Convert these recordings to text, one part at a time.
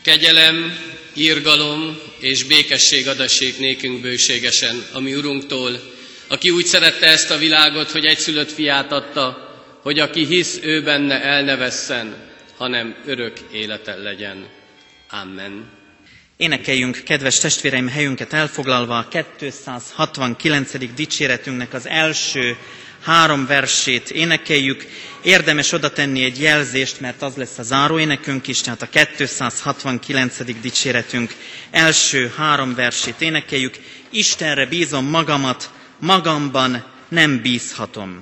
Kegyelem, irgalom és békesség adassék nékünk bőségesen a mi Urunktól, aki úgy szerette ezt a világot, hogy egyszülött fiát adta, hogy aki hisz ő benne, el ne vesszen, hanem örök élete legyen. Amen. Énekeljünk, kedves testvéreim, helyünket elfoglalva a 269. dicséretünknek az első 3 versét énekeljük. Érdemes oda tenni egy jelzést, mert az lesz a záróénekünk is, tehát a 269. dicséretünk első 3 versét énekeljük. Istenre bízom magamat, magamban nem bízhatom.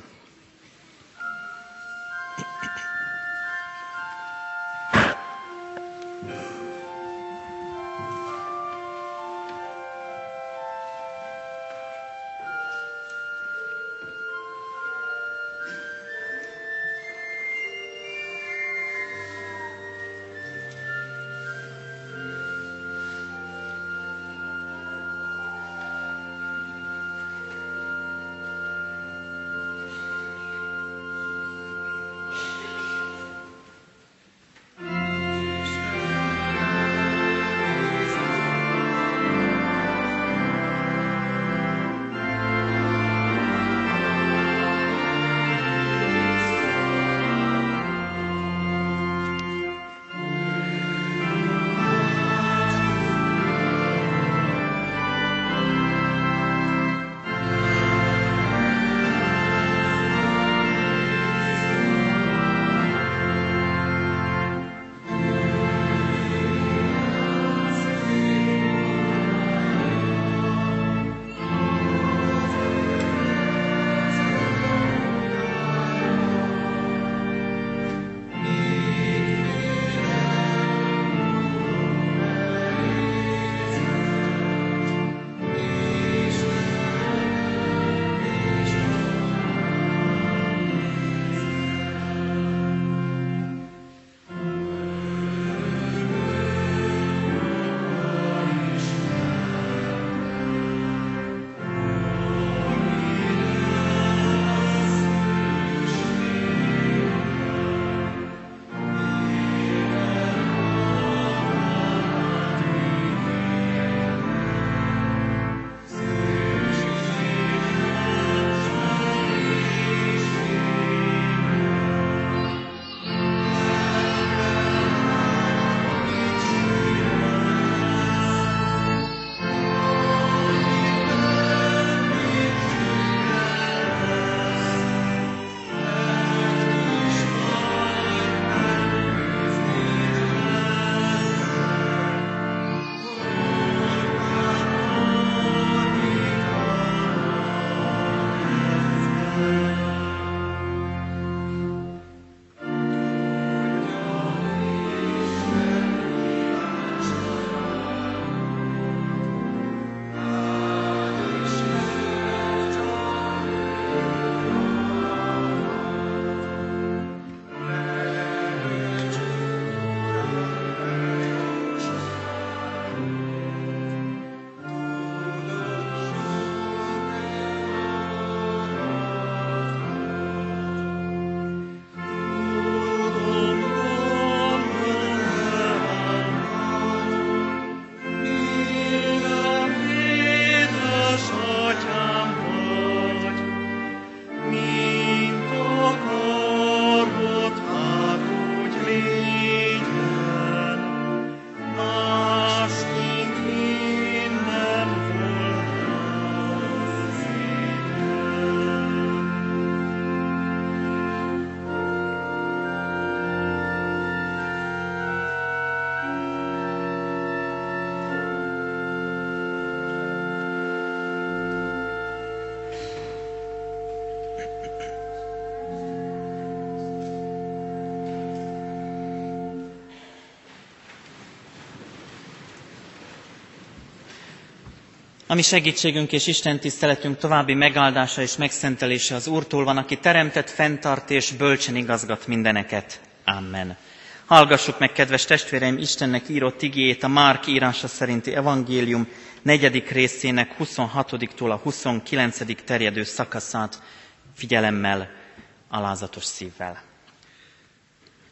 A mi segítségünk és Isten tiszteletünk további megáldása és megszentelése az Úrtól van, aki teremtett, fenntart és bölcsen igazgat mindeneket. Amen. Hallgassuk meg, kedves testvéreim, Istennek írott igéjét, a Márk írása szerinti evangélium 4. részének 26-tól a 29. terjedő szakaszát figyelemmel, alázatos szívvel.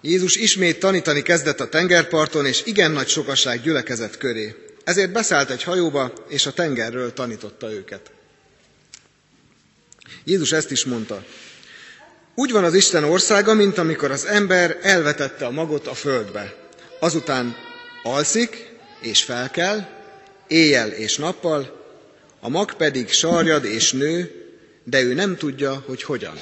Jézus ismét tanítani kezdett a tengerparton, és igen nagy sokaság gyülekezett köré. Ezért beszállt egy hajóba, és a tengerről tanította őket. Jézus ezt is mondta: úgy van az Isten országa, mint amikor az ember elvetette a magot a földbe. Azután alszik, és felkel, éjjel és nappal, a mag pedig sarjad és nő, de ő nem tudja, hogy hogyan.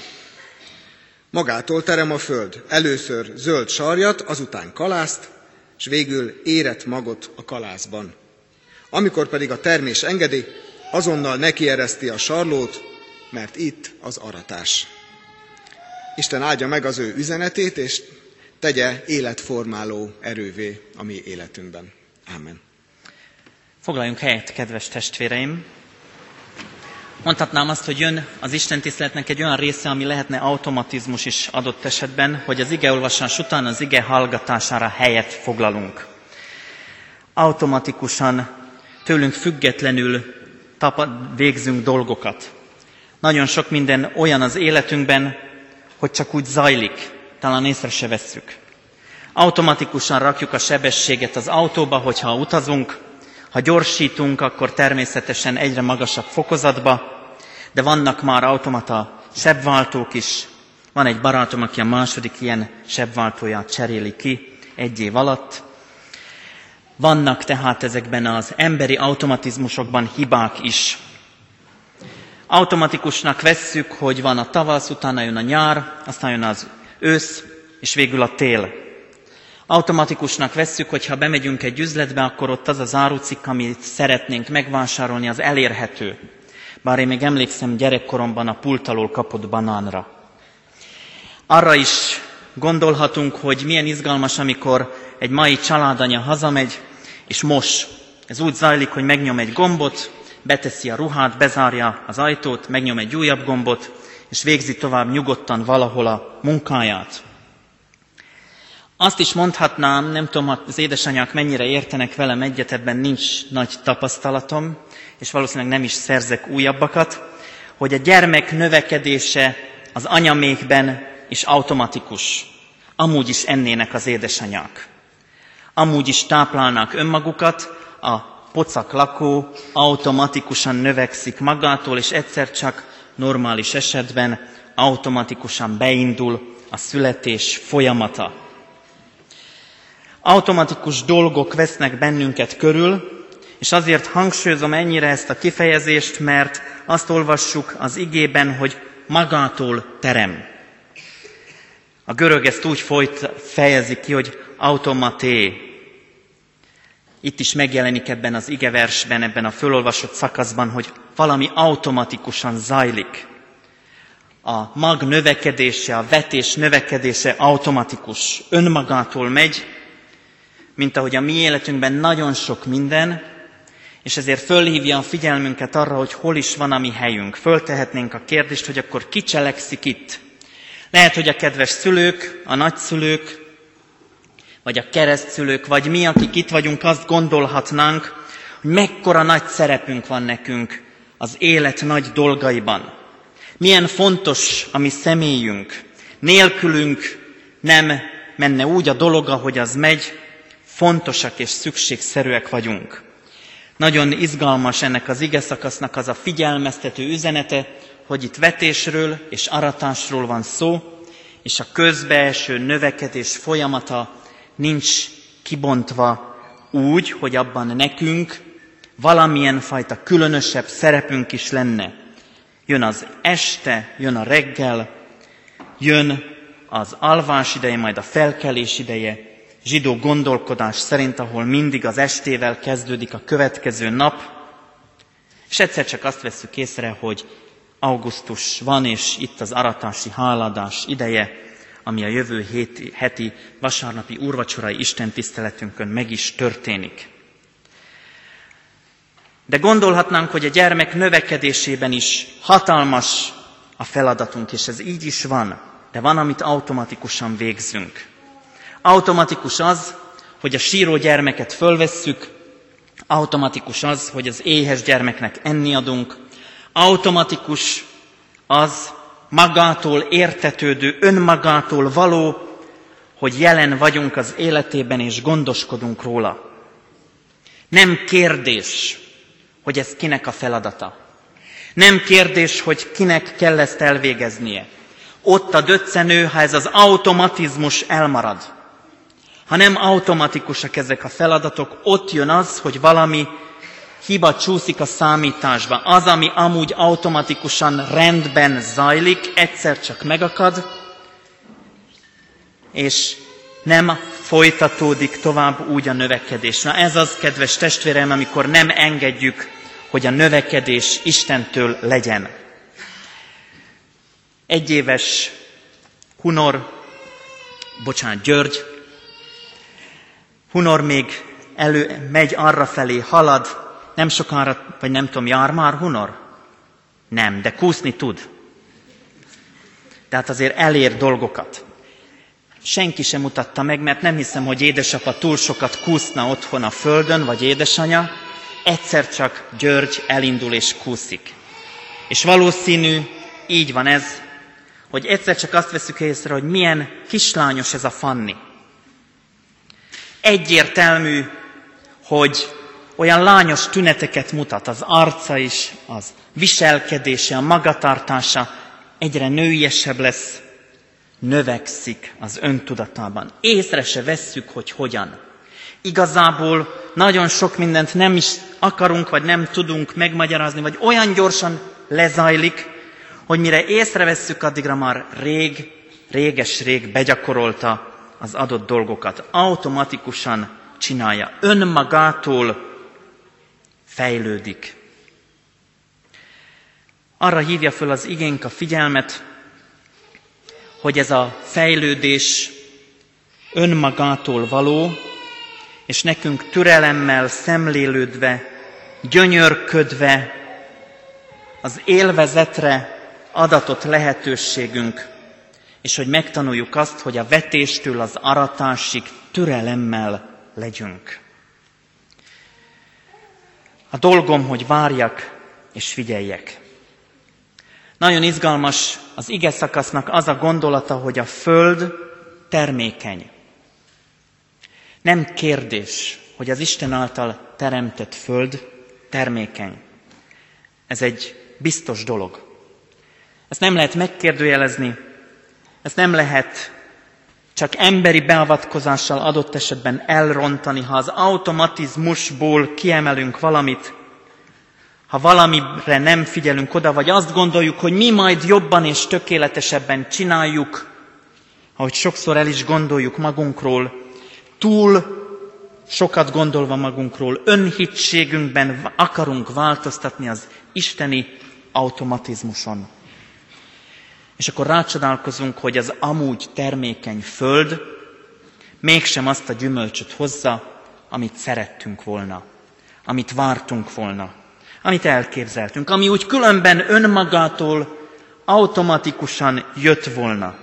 Magától terem a föld, először zöld sarjat, azután kalászt, és végül érett magot a kalászban. Amikor pedig a termés engedi, azonnal nekiereszti a sarlót, mert itt az aratás. Isten áldja meg az ő üzenetét, és tegye életformáló erővé a mi életünkben. Ámen. Foglaljunk helyet, kedves testvéreim! Mondhatnám azt, hogy jön az istentiszteletnek egy olyan része, ami lehetne automatizmus is adott esetben, hogy az igeolvasás után az ige hallgatására helyet foglalunk. Automatikusan, tőlünk függetlenül végzünk dolgokat. Nagyon sok minden olyan az életünkben, hogy csak úgy zajlik, talán észre se vesszük. Automatikusan rakjuk a sebességet az autóba, hogyha utazunk, ha gyorsítunk, akkor természetesen egyre magasabb fokozatba, de vannak már automata sebváltók is. Van egy barátom, aki a második ilyen sebváltóját cseréli ki egy év alatt. Vannak tehát ezekben az emberi automatizmusokban hibák is. Automatikusnak vesszük, hogy van a tavasz, utána jön a nyár, aztán jön az ősz, és végül a tél. Automatikusnak vesszük, hogy ha bemegyünk egy üzletbe, akkor ott az az árucikk, amit szeretnénk megvásárolni, az elérhető. Bár én még emlékszem gyerekkoromban a pult alól kapott banánra. Arra is gondolhatunk, hogy milyen izgalmas, amikor egy mai családanya hazamegy, és mos. Ez úgy zajlik, hogy megnyom egy gombot, beteszi a ruhát, bezárja az ajtót, megnyom egy újabb gombot, és végzi tovább nyugodtan valahol a munkáját. Azt is mondhatnám, nem tudom, az édesanyák mennyire értenek velem egyet, ebben nincs nagy tapasztalatom, és valószínűleg nem is szerzek újabbakat, hogy a gyermek növekedése az anyamékben is automatikus. Amúgy is ennének az édesanyák. Amúgy is táplálnák önmagukat, a pocak lakó automatikusan növekszik magától, és egyszer csak normális esetben automatikusan beindul a születés folyamata. Automatikus dolgok vesznek bennünket körül, és azért hangsúlyozom ennyire ezt a kifejezést, mert azt olvassuk az igében, hogy magától terem. A görög ezt úgy fejezi ki, hogy automaté. Itt is megjelenik ebben az igeversben, ebben a fölolvasott szakaszban, hogy valami automatikusan zajlik. A mag növekedése, a vetés növekedése automatikus, önmagától megy, mint ahogy a mi életünkben nagyon sok minden, és ezért fölhívja a figyelmünket arra, hogy hol is van a mi helyünk. Föltehetnénk a kérdést, hogy akkor ki cselekszik itt. Lehet, hogy a kedves szülők, a nagyszülők, vagy a keresztszülők, vagy mi, akik itt vagyunk, azt gondolhatnánk, hogy mekkora nagy szerepünk van nekünk az élet nagy dolgaiban. Milyen fontos a mi személyünk. Nélkülünk nem menne úgy a dolog, ahogy az megy, fontosak és szükségszerűek vagyunk. Nagyon izgalmas ennek az igeszakasznak az a figyelmeztető üzenete, hogy itt vetésről és aratásról van szó, és a közbeeső növekedés folyamata nincs kibontva úgy, hogy abban nekünk valamilyen fajta különösebb szerepünk is lenne. Jön az este, jön a reggel, jön az alvás ideje, majd a felkelés ideje, zsidó gondolkodás szerint, ahol mindig az estével kezdődik a következő nap, és egyszer csak azt vesszük észre, hogy augusztus van, és itt az aratási hálaadás ideje, ami a jövő heti vasárnapi úrvacsorai istentiszteletünkön meg is történik. De gondolhatnánk, hogy a gyermek növekedésében is hatalmas a feladatunk, és ez így is van, de van, amit automatikusan végzünk. Automatikus az, hogy a síró gyermeket fölvesszük, automatikus az, hogy az éhes gyermeknek enni adunk, automatikus az, magától értetődő, önmagától való, hogy jelen vagyunk az életében és gondoskodunk róla. Nem kérdés, hogy ez kinek a feladata. Nem kérdés, hogy kinek kell ezt elvégeznie. Ott a döccenő, ha ez az automatizmus elmarad. Ha nem automatikusak ezek a feladatok, ott jön az, hogy valami hiba csúszik a számításba. Az, ami amúgy automatikusan rendben zajlik, egyszer csak megakad, és nem folytatódik tovább úgy a növekedés. Na ez az, kedves testvérem, amikor nem engedjük, hogy a növekedés Istentől legyen. 1 éves György, Hunor még megy arrafelé, halad, nem sokára, vagy nem tudom, jár már Hunor? Nem, de kúszni tud. Tehát azért elér dolgokat. Senki sem mutatta meg, mert nem hiszem, hogy édesapa túl sokat kúszna otthon a földön, vagy édesanya. Egyszer csak György elindul és kúszik. És valószínű, így van ez, hogy egyszer csak azt veszük észre, hogy milyen kislányos ez a Fanni. Egyértelmű, hogy olyan lányos tüneteket mutat, az arca is, az viselkedése, a magatartása egyre nőiesebb lesz, növekszik az öntudatában. Észre se vesszük, hogy hogyan. Igazából nagyon sok mindent nem is akarunk, vagy nem tudunk megmagyarázni, vagy olyan gyorsan lezajlik, hogy mire észrevesszük, addigra már réges-rég begyakorolta az adott dolgokat. Automatikusan csinálja. Önmagától fejlődik. Arra hívja föl az igénk a figyelmet, hogy ez a fejlődés önmagától való, és nekünk türelemmel szemlélődve, gyönyörködve az élvezetre adatott lehetőségünk, és hogy megtanuljuk azt, hogy a vetéstől az aratásig türelemmel legyünk. A dolgom, hogy várjak és figyeljek. Nagyon izgalmas az ige szakasznak az a gondolata, hogy a föld termékeny. Nem kérdés, hogy az Isten által teremtett föld termékeny. Ez egy biztos dolog. Ezt nem lehet megkérdőjelezni, ezt nem lehet csak emberi beavatkozással adott esetben elrontani, ha az automatizmusból kiemelünk valamit, ha valamire nem figyelünk oda, vagy azt gondoljuk, hogy mi majd jobban és tökéletesebben csináljuk, ahogy sokszor el is gondoljuk magunkról, túl sokat gondolva magunkról, önhitségünkben akarunk változtatni az isteni automatizmuson. És akkor rácsodálkozunk, hogy az amúgy termékeny föld mégsem azt a gyümölcsöt hozza, amit szerettünk volna, amit vártunk volna, amit elképzeltünk, ami úgy különben önmagától automatikusan jött volna.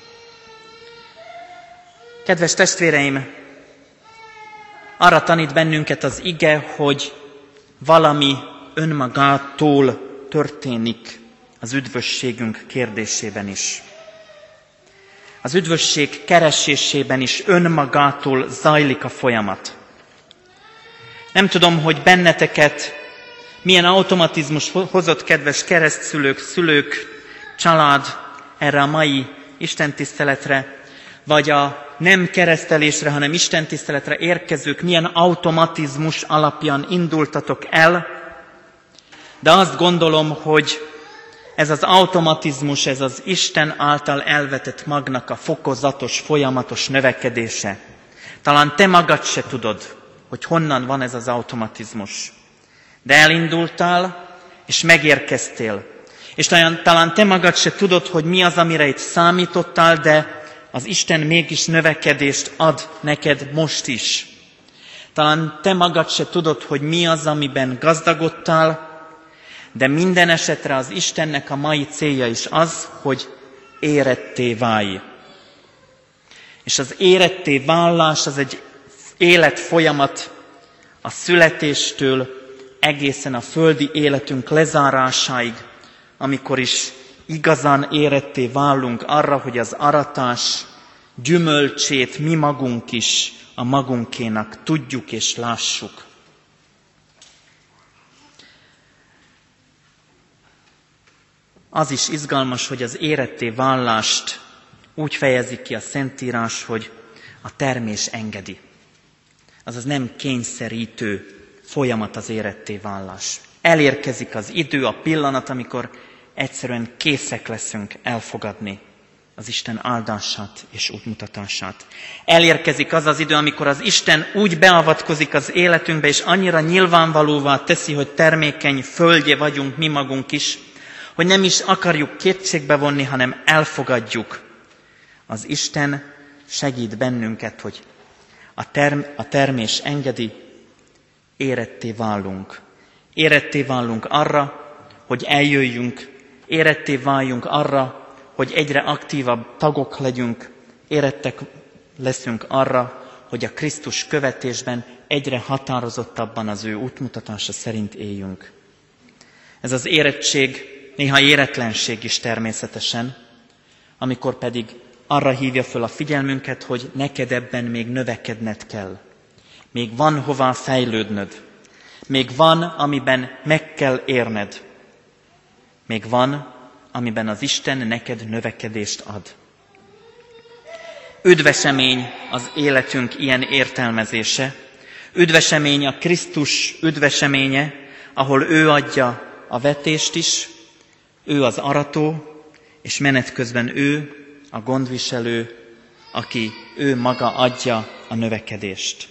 Kedves testvéreim, arra tanít bennünket az ige, hogy valami önmagától történik az üdvösségünk kérdésében is. Az üdvösség keresésében is önmagától zajlik a folyamat. Nem tudom, hogy benneteket milyen automatizmus hozott, kedves keresztszülők, szülők, család erre a mai istentiszteletre, vagy a nem keresztelésre, hanem istentiszteletre érkezők milyen automatizmus alapján indultatok el, de azt gondolom, hogy ez az automatizmus, ez az Isten által elvetett magnak a fokozatos, folyamatos növekedése. Talán te magad se tudod, hogy honnan van ez az automatizmus. De elindultál, és megérkeztél. És talán te magad se tudod, hogy mi az, amire itt számítottál, de az Isten mégis növekedést ad neked most is. Talán te magad se tudod, hogy mi az, amiben gazdagodtál, de minden esetre az Istennek a mai célja is az, hogy éretté válj. És az éretté válás az egy életfolyamat a születéstől egészen a földi életünk lezárásáig, amikor is igazán éretté válunk arra, hogy az aratás gyümölcsét mi magunk is a magunkénak tudjuk és lássuk. Az is izgalmas, hogy az éretté válást úgy fejezi ki a Szentírás, hogy a termés engedi. Azaz nem kényszerítő folyamat az éretté válás. Elérkezik az idő, a pillanat, amikor egyszerűen készek leszünk elfogadni az Isten áldását és útmutatását. Elérkezik az az idő, amikor az Isten úgy beavatkozik az életünkbe, és annyira nyilvánvalóvá teszi, hogy termékeny földje vagyunk mi magunk is, hogy nem is akarjuk kétségbe vonni, hanem elfogadjuk. Az Isten segít bennünket, hogy a termés engedi, éretté válunk. Éretté válunk arra, hogy eljöjjünk, éretté váljunk arra, hogy egyre aktívabb tagok legyünk, érettek leszünk arra, hogy a Krisztus követésben egyre határozottabban az ő útmutatása szerint éljünk. Ez az érettség, néha éretlenség is természetesen, amikor pedig arra hívja föl a figyelmünket, hogy neked ebben még növekedned kell. Még van hová fejlődnöd. Még van, amiben meg kell érned. Még van, amiben az Isten neked növekedést ad. Üdvesemény az életünk ilyen értelmezése. Üdvesemény a Krisztus üdveseménye, ahol ő adja a vetést is, ő az arató, és menet közben ő a gondviselő, aki ő maga adja a növekedést.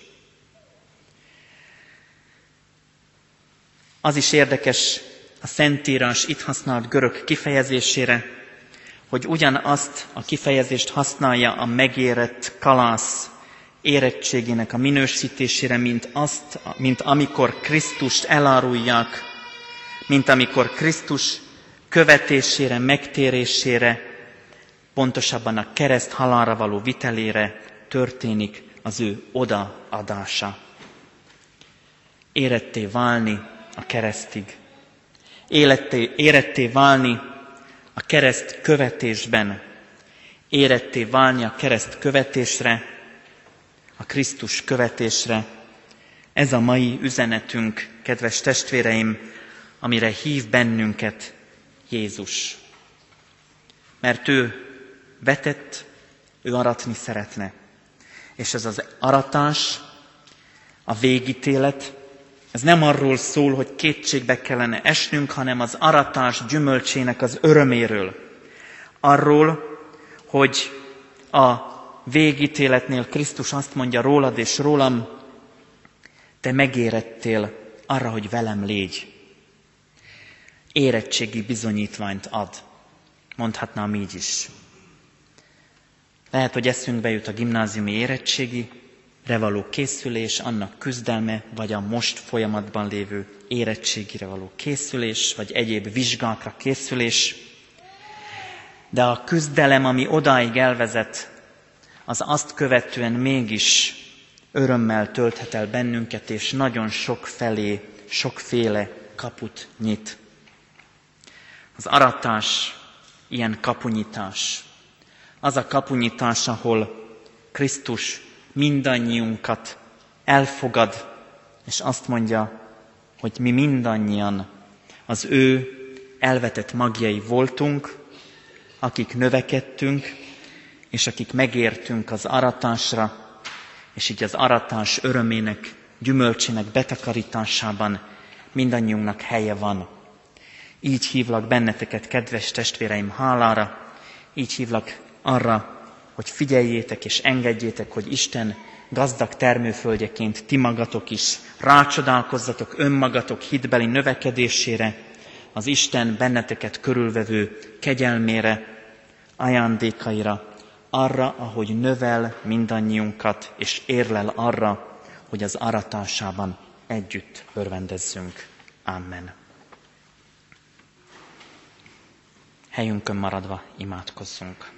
Az is érdekes a Szentírás itt használt görög kifejezésére, hogy ugyanazt a kifejezést használja a megérett kalász érettségének a minősítésére, mint amikor Krisztust elárulják, mint amikor Krisztus követésére, megtérésére, pontosabban a kereszt halálra való vitelére történik az ő odaadása. Éretté válni a keresztig. Éretté válni a kereszt követésben. Éretté válni a kereszt követésre, a Krisztus követésre. Ez a mai üzenetünk, kedves testvéreim, amire hív bennünket Jézus. Mert ő vetett, ő aratni szeretne. És ez az aratás, a végítélet, ez nem arról szól, hogy kétségbe kellene esnünk, hanem az aratás gyümölcsének az öröméről. Arról, hogy a végítéletnél Krisztus azt mondja rólad és rólam, te megérettél arra, hogy velem légy. Érettségi bizonyítványt ad. Mondhatnám így is. Lehet, hogy eszünkbe jut a gimnáziumi érettségire való készülés, annak küzdelme, vagy a most folyamatban lévő érettségire való készülés, vagy egyéb vizsgákra készülés. De a küzdelem, ami odáig elvezet, az azt követően mégis örömmel tölthet el bennünket, és nagyon sokféle kaput nyit. Az aratás ilyen kapunyitás. Az a kapunyitás, ahol Krisztus mindannyiunkat elfogad, és azt mondja, hogy mi mindannyian az ő elvetett magjai voltunk, akik növekedtünk, és akik megértünk az aratásra, és így az aratás örömének, gyümölcsének betakarításában mindannyiunknak helye van. Így hívlak benneteket, kedves testvéreim, hálára, így hívlak arra, hogy figyeljétek és engedjétek, hogy Isten gazdag termőföldjeként ti magatok is rácsodálkozzatok önmagatok hitbeli növekedésére, az Isten benneteket körülvevő kegyelmére, ajándékaira, arra, ahogy növel mindannyiunkat, és érlel arra, hogy az aratásában együtt örvendezzünk. Amen. Helyünkön maradva imádkozzunk.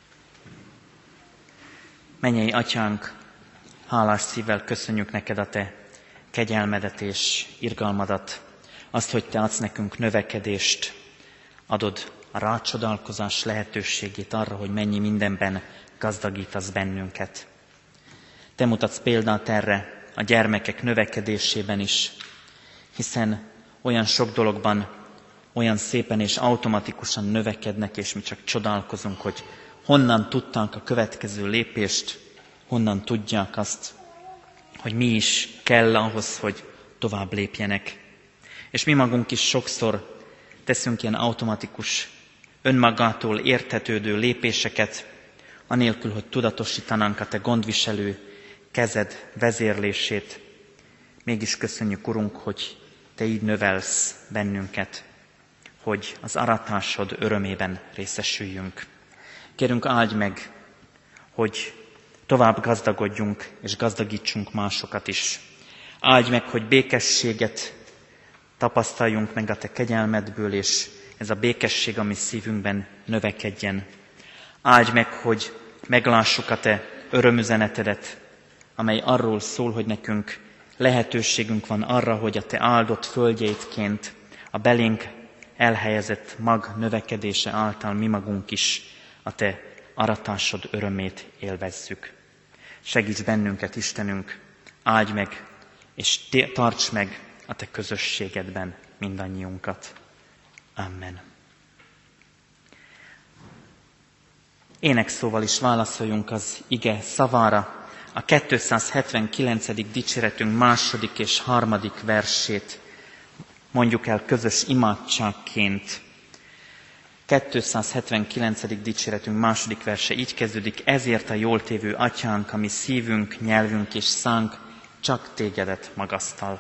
Mennyei Atyánk, hálás szívvel köszönjük neked a te kegyelmedet és irgalmadat, azt, hogy te adsz nekünk növekedést, adod a rácsodálkozás lehetőségét arra, hogy mennyi mindenben gazdagítasz bennünket. Te mutatsz példát erre a gyermekek növekedésében is, hiszen olyan sok dologban olyan szépen és automatikusan növekednek, és mi csak csodálkozunk, hogy honnan tudták a következő lépést, honnan tudják azt, hogy mi is kell ahhoz, hogy tovább lépjenek. És mi magunk is sokszor teszünk ilyen automatikus, önmagától értetődő lépéseket, anélkül, hogy tudatosítanánk a te gondviselő kezed vezérlését. Mégis köszönjük, Urunk, hogy te így növelsz bennünket, hogy az aratásod örömében részesüljünk. Kérünk, áldj meg, hogy tovább gazdagodjunk és gazdagítsunk másokat is. Áldj meg, hogy békességet tapasztaljunk meg a te kegyelmedből, és ez a békesség a mi szívünkben növekedjen. Áldj meg, hogy meglássuk a te örömüzenetedet, amely arról szól, hogy nekünk lehetőségünk van arra, hogy a te áldott földjeidként a belénk elhelyezett mag növekedése által mi magunk is a te aratásod örömét élvezzük. Segíts bennünket, Istenünk, áldj meg, és tarts meg a te közösségedben mindannyiunkat. Amen. Énekszóval is válaszoljunk az ige szavára. A 279. dicséretünk 2. és 3. versét mondjuk el közös imádságként. 279. dicséretünk 2. verse így kezdődik: ezért a jól tévő atyánk, ami szívünk, nyelvünk és szánk csak tégedet magasztal.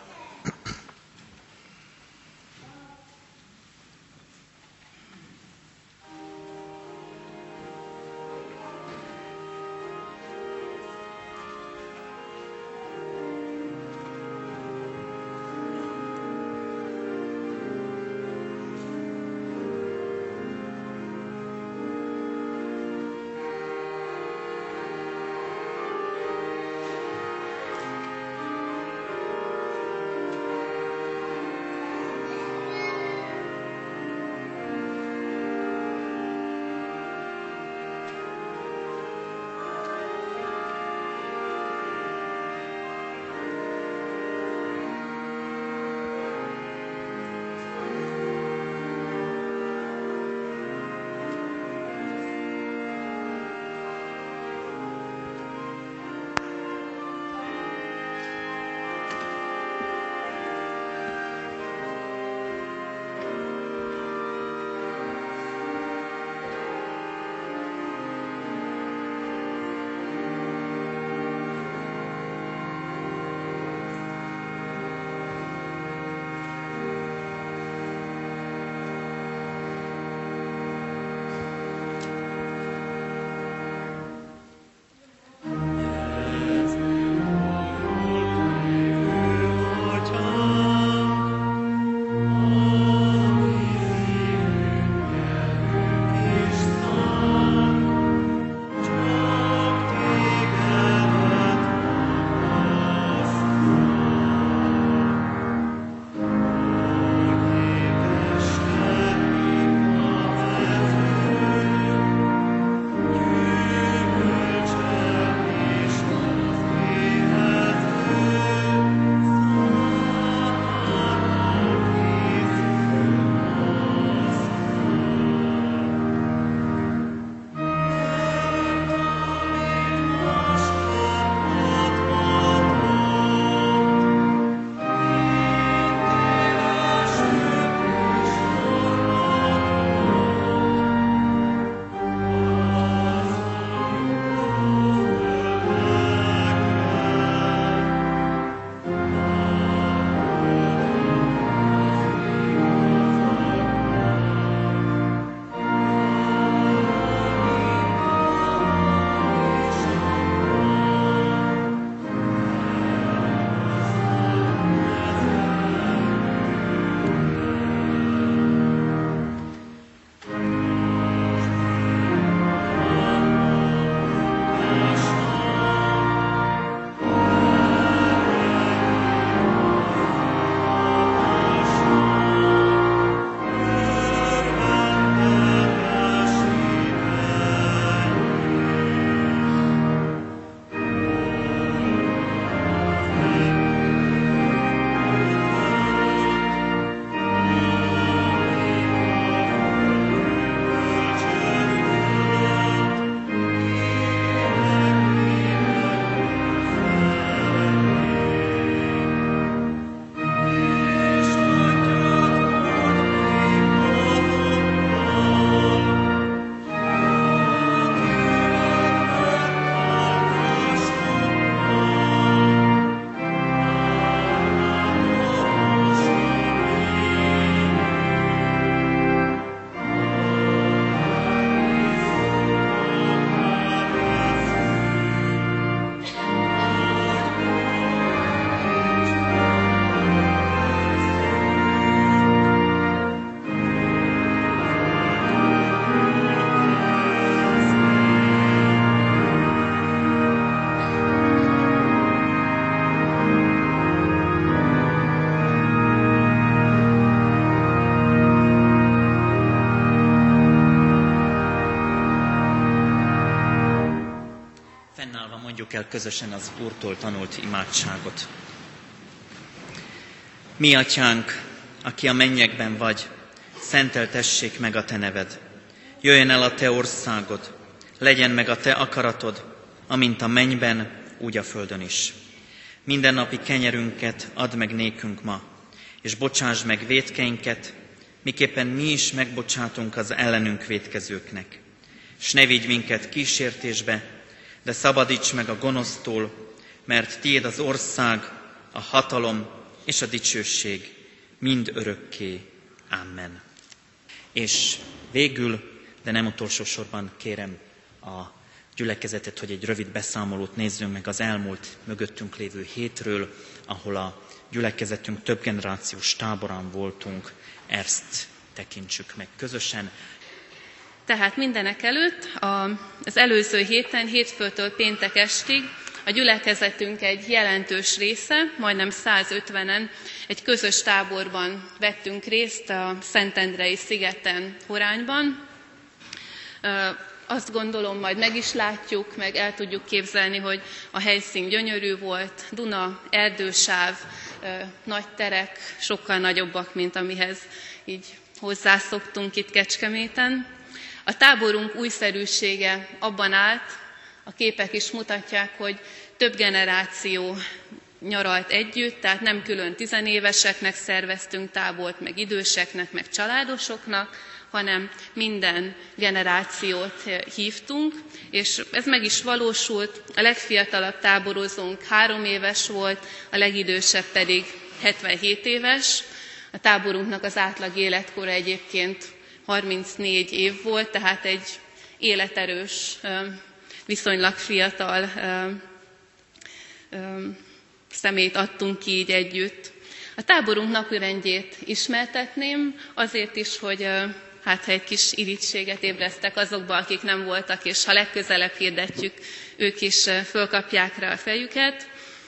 mondjuk el közösen az Úrtól tanult imádságot. Mi atyánk, aki a mennyekben vagy, szenteltessék meg a te neved. Jöjjön el a te országod, legyen meg a te akaratod, amint a mennyben, úgy a földön is. Mindennapi kenyerünket add meg nékünk ma, és bocsásd meg vétkeinket, miképpen mi is megbocsátunk az ellenünk vétkezőknek. S ne vigy minket kísértésbe, de szabadíts meg a gonosztól, mert tiéd az ország, a hatalom és a dicsőség mind örökké. Amen. És végül, de nem utolsó sorban kérem a gyülekezetet, hogy egy rövid beszámolót nézzünk meg az elmúlt mögöttünk lévő hétről, ahol a gyülekezetünk több generációs táborán voltunk, ezt tekintsük meg közösen. Tehát mindenek előtt az előző héten, hétfőtől péntek estig a gyülekezetünk egy jelentős része, majdnem 150-en egy közös táborban vettünk részt a Szentendrei szigeten, Horányban. Azt gondolom, majd meg is látjuk, meg el tudjuk képzelni, hogy a helyszín gyönyörű volt, Duna, erdősáv, nagy terek, sokkal nagyobbak, mint amihez így hozzászoktunk itt Kecskeméten. A táborunk újszerűsége abban állt, a képek is mutatják, hogy több generáció nyaralt együtt, tehát nem külön tizenéveseknek szerveztünk tábort, meg időseknek, meg családosoknak, hanem minden generációt hívtunk, és ez meg is valósult. A legfiatalabb táborozónk 3 éves volt, a legidősebb pedig 77 éves. A táborunknak az átlag életkora egyébként 34 év volt, tehát egy életerős, viszonylag fiatal személyt adtunk ki így együtt. A táborunk napirendjét ismertetném, azért is, hogy ha egy kis irítséget ébresztek azokba, akik nem voltak, és ha legközelebb hirdetjük, ők is fölkapják rá a fejüket.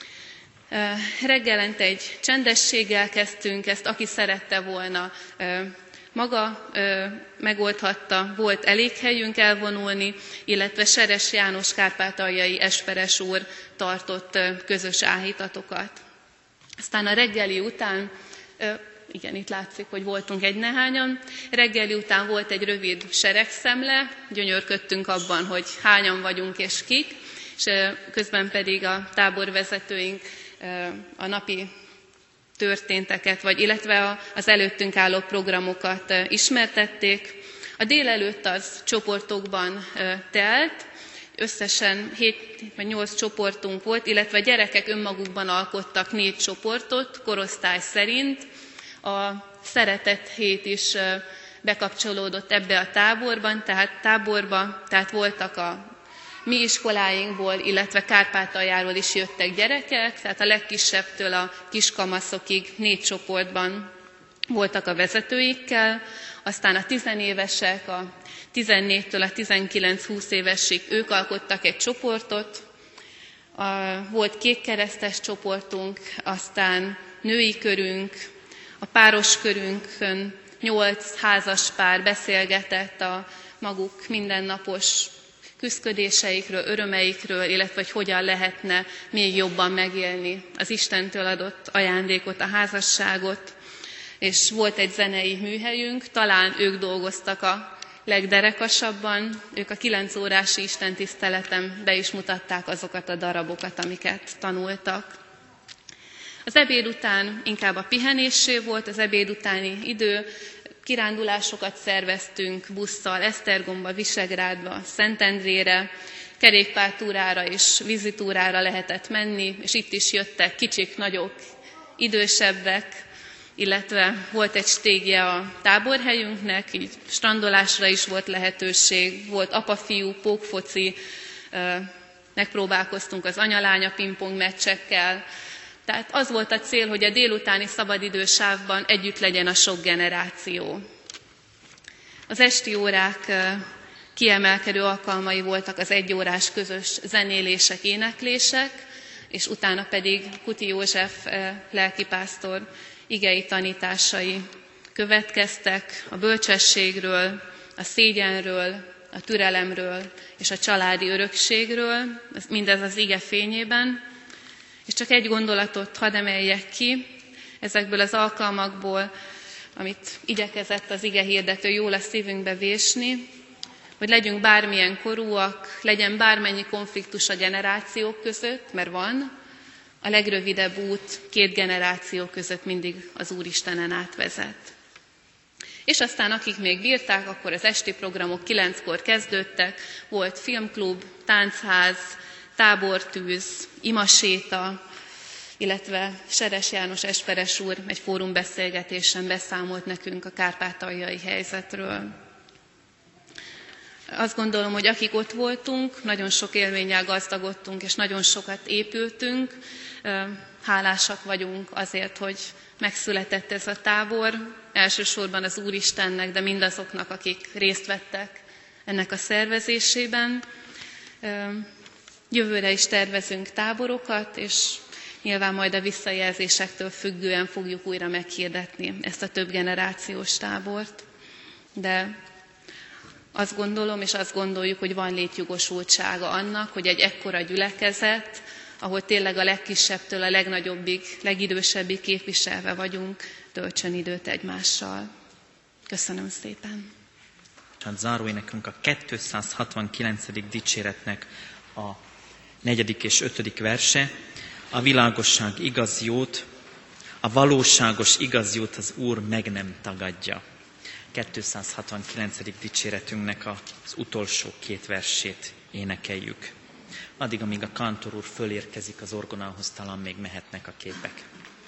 Reggelente egy csendességgel kezdtünk, ezt aki szerette volna, maga megoldhatta, volt elég helyünk elvonulni, illetve Seres János kárpátaljai esperes úr tartott közös áhítatokat. Aztán a reggeli után, igen, itt látszik, hogy voltunk egy nehányan, reggeli után volt egy rövid seregszemle, gyönyörködtünk abban, hogy hányan vagyunk és kik, és közben pedig a táborvezetőink a napi történteket, illetve az előttünk álló programokat ismertették. A délelőtt az csoportokban telt, összesen 7 vagy 8 csoportunk volt, illetve a gyerekek önmagukban alkottak 4 csoportot, korosztály szerint. A szeretet hét is bekapcsolódott ebbe a táborba, tehát voltak a mi iskoláinkból, illetve Kárpátaljáról is jöttek gyerekek, tehát a legkisebbtől a kiskamaszokig 4 csoportban voltak a vezetőikkel, aztán a 10 évesek, a 14-től a 19-20 évesig ők alkottak egy csoportot, volt kékkeresztes csoportunk, aztán női körünk, a páros körünkön 8 házas pár beszélgetett a maguk mindennapos küszködéseikről, örömeikről, illetve hogy hogyan lehetne még jobban megélni az Istentől adott ajándékot, a házasságot. És volt egy zenei műhelyünk, talán ők dolgoztak a legderekasabban, ők a 9 órási istentiszteleten be is mutatták azokat a darabokat, amiket tanultak. Az ebéd után inkább a pihenésé volt, az ebéd utáni idő, kirándulásokat szerveztünk busszal Esztergomba, Visegrádba, Szentendrére, kerékpártúrára és vízitúrára lehetett menni, és itt is jöttek kicsik, nagyok, idősebbek, illetve volt egy stégje a táborhelyünknek, így strandolásra is volt lehetőség, volt apa-fiú, pókfoci, megpróbálkoztunk az anya-lánya pingpong meccsekkel. Tehát az volt a cél, hogy a délutáni szabadidősávban együtt legyen a sok generáció. Az esti órák kiemelkedő alkalmai voltak az 1 órás közös zenélések, éneklések, és utána pedig Kuti József lelkipásztor igei tanításai következtek a bölcsességről, a szégyenről, a türelemről és a családi örökségről, mindez az ige fényében. És csak egy gondolatot hadd emeljek ki ezekből az alkalmakból, amit igyekezett az ige hirdető jól a szívünkbe vésni, hogy legyünk bármilyen korúak, legyen bármennyi konfliktus a generációk között, mert van, a legrövidebb út 2 generáció között mindig az Úristenen átvezet. És aztán akik még bírták, akkor az esti programok 9-kor kezdődtek, volt filmklub, táncház, tábortűz, imaséta, illetve Seres János Esperes úr egy fórumbeszélgetésen beszámolt nekünk a kárpátaljai helyzetről. Azt gondolom, hogy akik ott voltunk, nagyon sok élménnyel gazdagodtunk, és nagyon sokat épültünk. Hálásak vagyunk azért, hogy megszületett ez a tábor, elsősorban az Úristennek, de mindazoknak, akik részt vettek ennek a szervezésében. Jövőre is tervezünk táborokat, és nyilván majd a visszajelzésektől függően fogjuk újra meghirdetni ezt a több generációs tábort. De azt gondolom, és azt gondoljuk, hogy van létjogosultsága annak, hogy egy ekkora gyülekezet, ahol tényleg a legkisebbtől a legnagyobbig, legidősebbig képviselve vagyunk, töltsön időt egymással. Köszönöm szépen! Hát záróénekünk a 269. dicséretnek a 4. és 5. verse. A világosság igaz jót, a valóságos igaz jót az Úr meg nem tagadja. 269. dicséretünknek az utolsó 2 versét énekeljük. Addig, amíg a kántor úr fölérkezik az orgonához, talán még mehetnek a képek.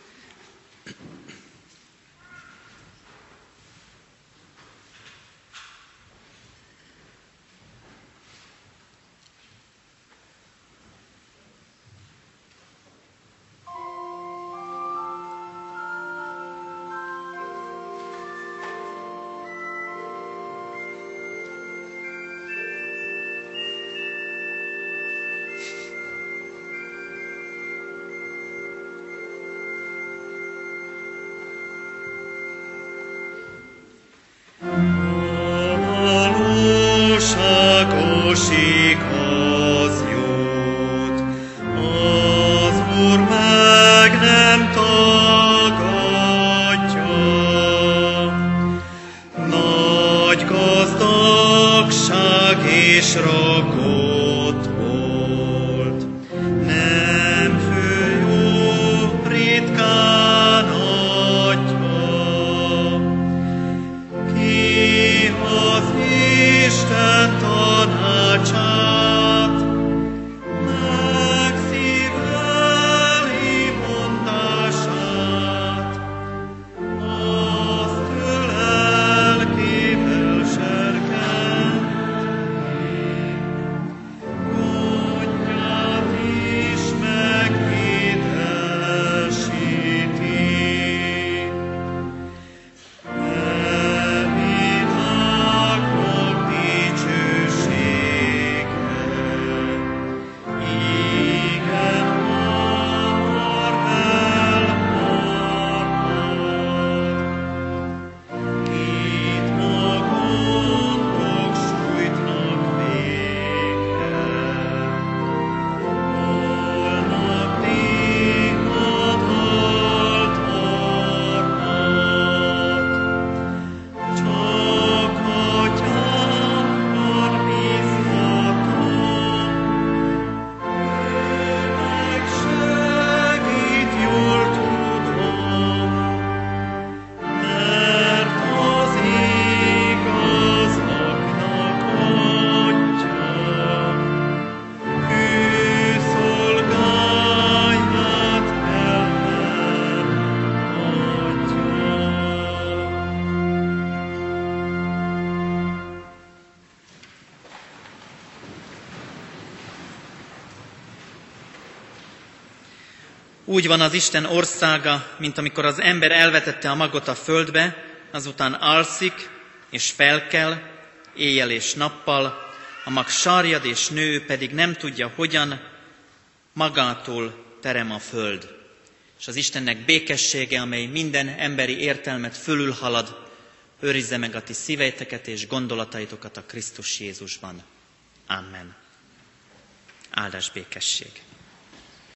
Úgy van az Isten országa, mint amikor az ember elvetette a magot a földbe, azután alszik és felkel, éjjel és nappal, a mag sarjad és nő, pedig nem tudja, hogyan, magától terem a föld. És az Istennek békessége, amely minden emberi értelmet fölülhalad, őrizze meg a ti szíveiteket és gondolataitokat a Krisztus Jézusban. Amen. Áldás békesség!